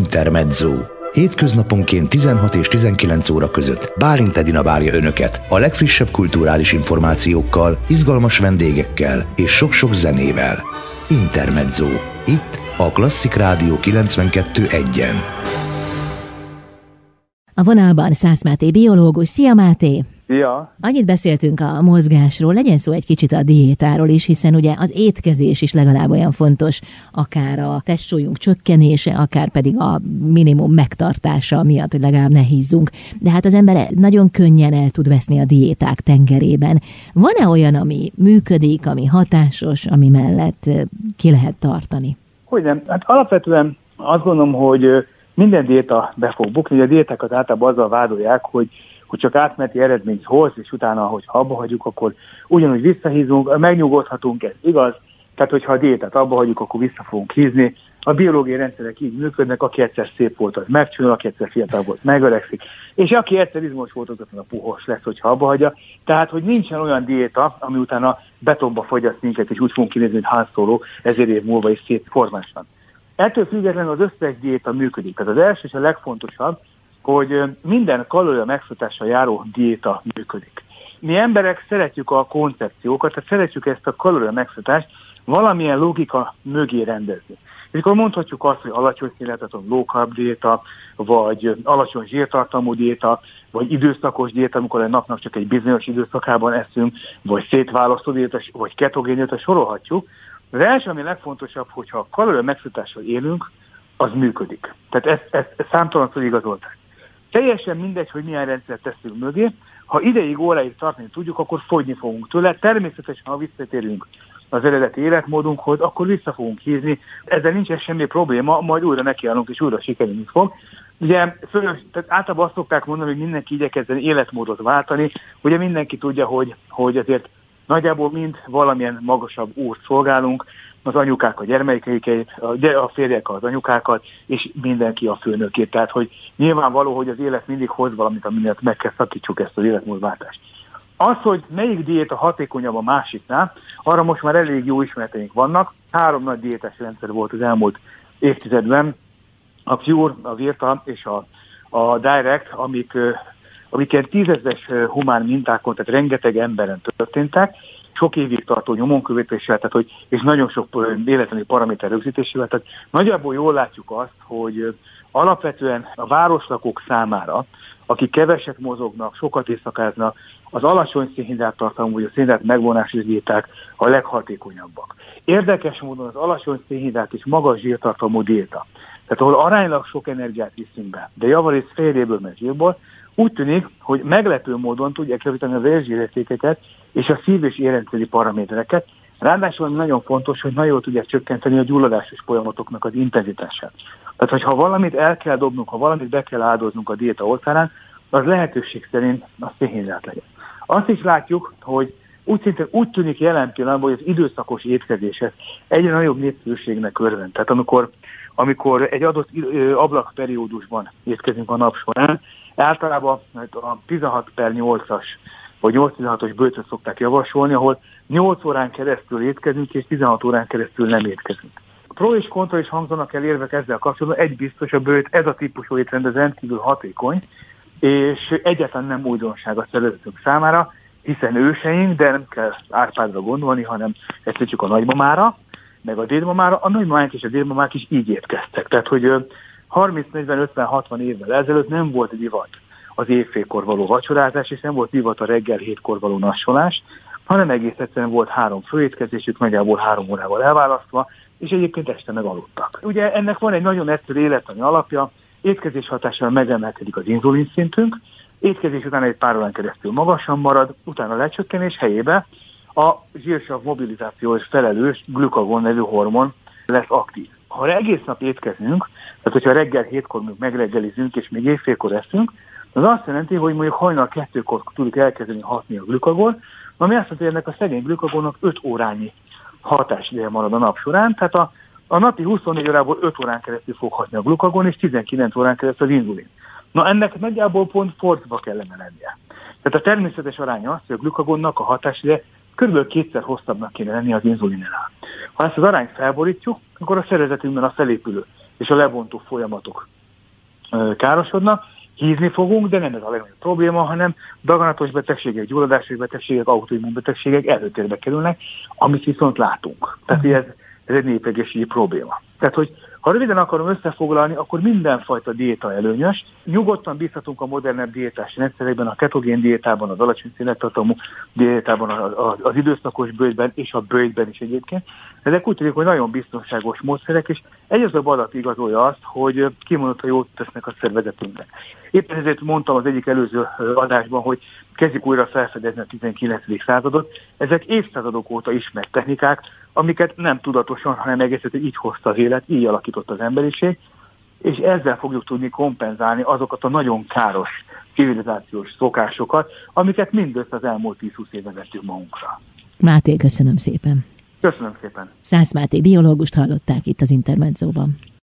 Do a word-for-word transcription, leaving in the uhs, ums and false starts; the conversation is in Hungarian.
Intermezzo. Hétköznaponként tizenhat és tizenkilenc óra között Bálint Edina várja Önöket a legfrissebb kulturális információkkal, izgalmas vendégekkel és sok-sok zenével. Intermezzo. Itt a Klasszik Rádió kilencvenkettő egyen. A vonalban Szász Máté biológus. Szia Máté! Ja. Annyit beszéltünk a mozgásról, legyen szó egy kicsit a diétáról is, hiszen ugye az étkezés is legalább olyan fontos, akár a testsúlyunk csökkenése, akár pedig a minimum megtartása miatt, hogy legalább ne hízzunk. De hát az ember nagyon könnyen el tud veszni a diéták tengerében. Van-e olyan, ami működik, ami hatásos, ami mellett ki lehet tartani? Hogy nem? Hát alapvetően azt gondolom, hogy minden diéta be fog bukni. A diétákat általában azzal vádolják, hogy hogy csak átmeneti eredményt hoz, és utána, hogy abba hagyjuk, akkor ugyanúgy visszahízunk, megnyugodhatunk, ez igaz. Tehát, hogyha a diétát abba hagyjuk, akkor vissza fogunk hízni. A biológiai rendszerek így működnek, aki egyszer szép volt, az megcsúnyul, aki egyszer fiatal volt, megöregszik. És aki egyszer izmos volt, az a puhos lesz, hogyha abba hagyja. Tehát, hogy nincsen olyan diéta, ami utána betonba fogyaszt minket, és úgy fogunk kinézni, mint Han Solo, ezer év múlva is szép formásan. Ettől függetlenül az összes diéta működik. Tehát az első és a legfontosabb, hogy minden kalória megszoktással járó diéta működik. Mi emberek szeretjük a koncepciókat, tehát szeretjük ezt a kalória megszoktást valamilyen logika mögé rendezni. És akkor mondhatjuk azt, hogy alacsony szénhidrátot, low carb diéta, vagy alacsony zsírtartalmú diéta, vagy időszakos diéta, amikor egy napnak csak egy bizonyos időszakában eszünk, vagy szétválasztó diéta, vagy ketogén diéta, sorolhatjuk. Az első, ami legfontosabb, hogyha a kalória megszoktással élünk, az működik. Tehát ezt, ezt, ezt számtalanszor igazolták. Teljesen mindegy, hogy milyen rendszert teszünk mögé. Ha ideig, óráig tartani tudjuk, akkor fogyni fogunk tőle. Természetesen, ha visszatérünk az eredeti életmódunkhoz, akkor vissza fogunk hízni. Ezzel nincsen semmi probléma, majd újra nekiállunk, és újra sikerülni fog. Ugye fölös, tehát általában azt szokták mondani, hogy mindenki igyekezzen életmódot váltani. Ugye mindenki tudja, hogy, hogy azért nagyjából mind valamilyen magasabb úrt szolgálunk, az anyukák a gyermekeiket, a férjek az anyukákat, és mindenki a főnökét. Tehát, hogy nyilvánvaló, hogy az élet mindig hoz valamit, aminek meg kell szakítsuk ezt az életmódváltást. Az, hogy melyik diéta hatékonyabb a másiknál, arra most már elég jó ismereteink vannak. Három nagy diétás rendszer volt az elmúlt évtizedben, a Pure, a Virta és a, a Direct, amik, amiket tízezres humán mintákon, tehát rengeteg emberen történtek, sok évig tartó nyomonkövetéssel, tehát hogy, és nagyon sok életleni paraméter rögzítésével. Tehát nagyjából jól látjuk azt, hogy alapvetően a városlakók számára, akik keveset mozognak, sokat éjszakáznak, az alacsony szénhidráttartalmú, vagy a szénhidrát megvonási diéták a leghatékonyabbak. Érdekes módon az alacsony szénhidrát és magas zsírtartalmú diéta, tehát ahol aránylag sok energiát viszünk be, de javarész fehérjéből meg zsírból, úgy tűnik, hogy meglepő módon tudják javítani az érzsírértékeket és a szív- és érrendszeri paramétereket. Ráadásul nagyon fontos, hogy nagyon jól tudják csökkenteni a gyulladásos folyamatoknak az intenzitását. Tehát, hogyha valamit el kell dobnunk, ha valamit be kell áldoznunk a diéta oltárán, az lehetőség szerint a szénhidrát legyen. Azt is látjuk, hogy úgy, szinte, úgy tűnik jelen pillanatban, hogy az időszakos étkezéshez egyre nagyobb népszerűségnek örvend. Tehát amikor, amikor egy adott ablakperiódusban étkezünk a nap során, általában a tizenhat per nyolcas vagy nyolc tizenhatos bőcöt szokták javasolni, ahol nyolc órán keresztül étkezünk, és tizenhat órán keresztül nem étkezünk. Pro és kontra is hangzanak el érvek ezzel kapcsolatban. Egy biztos, a bőt, ez a típusú étrend az rendkívül hatékony, és egyáltalán nem újdonság a szervezetünk számára, hiszen őseink, de nem kell Árpádra gondolni, hanem ezt csak a nagymamára, meg a dédmamára. A nagymamák és a dédmamák is így étkeztek. Tehát, hogy harminc, negyven, ötven, hatvan évvel ezelőtt nem volt divat az éjfélkor való vacsorázás, és nem volt divat a reggel hétkor való nassolás, hanem egész egyszerűen volt három főétkezésük, nagyjából három órával elválasztva, és egyébként este meg aludtak. Ugye ennek van egy nagyon egyszerű élettani alapja, étkezés hatására megemelkedik az inzulin szintünk, étkezés után egy pár órán keresztül magasan marad, utána lecsökkenés helyébe a zsírsav mobilizációs felelős glükagon nevű hormon lesz aktív. Ha egész nap étkezünk, tehát hogyha reggel hétkor megreggelizünk és még éjfélkor eszünk, az azt jelenti, hogy mondjuk hajnal kettőkor tudjuk elkezdeni hatni a glükagon, ami azt jelenti, hogy ennek a szegény glükagonnak öt órányi hatásideje marad a nap során, tehát a, a napi huszonnégy órából öt órán keresztül fog hatni a glükagon, és tizenkilenc órán keresztül az inzulin. Na ennek nagyjából pont fordítva kellene lennie. Tehát a természetes aránya az, hogy a glükagonnak a hatásideje kb. Kétszer hosszabbnak kéne lenni az inzulinnál. Ha ezt az arányt felborítjuk, akkor a szervezetünkben a felépülő és a lebontó folyamatok károsodnak, hízni fogunk, de nem ez a legnagyobb probléma, hanem daganatos betegségek, gyulladásos betegségek, autoimmunbetegségek előtérbe kerülnek, amit viszont látunk. Tehát ez, ez egy népegészségügyi probléma. Tehát, hogy ha röviden akarom összefoglalni, akkor mindenfajta diéta előnyös. Nyugodtan bízhatunk a modernebb diétás rendszerekben, a ketogén diétában, az alacsony szénhidráttartalmú diétában, az időszakos bőjtben és a bőjtben is egyébként. Ezek úgy tűnik, hogy nagyon biztonságos módszerek, és egy az a adat igazolja azt, hogy kimondottan jót tesznek a szervezetünknek. Éppen ezért mondtam az egyik előző adásban, hogy kezdjük újra felfedezni a tizenkilencedik századot. Ezek évszázadok óta ismert technikák, amiket nem tudatosan, hanem egészet így hozta az élet, így alakított az emberiség, és ezzel fogjuk tudni kompenzálni azokat a nagyon káros civilizációs szokásokat, amiket mindössze az elmúlt tíz-húsz éve vettünk magunkra. Máté, köszönöm szépen. Köszönöm szépen. Szász Máté biológust hallották itt az Intermedzóban.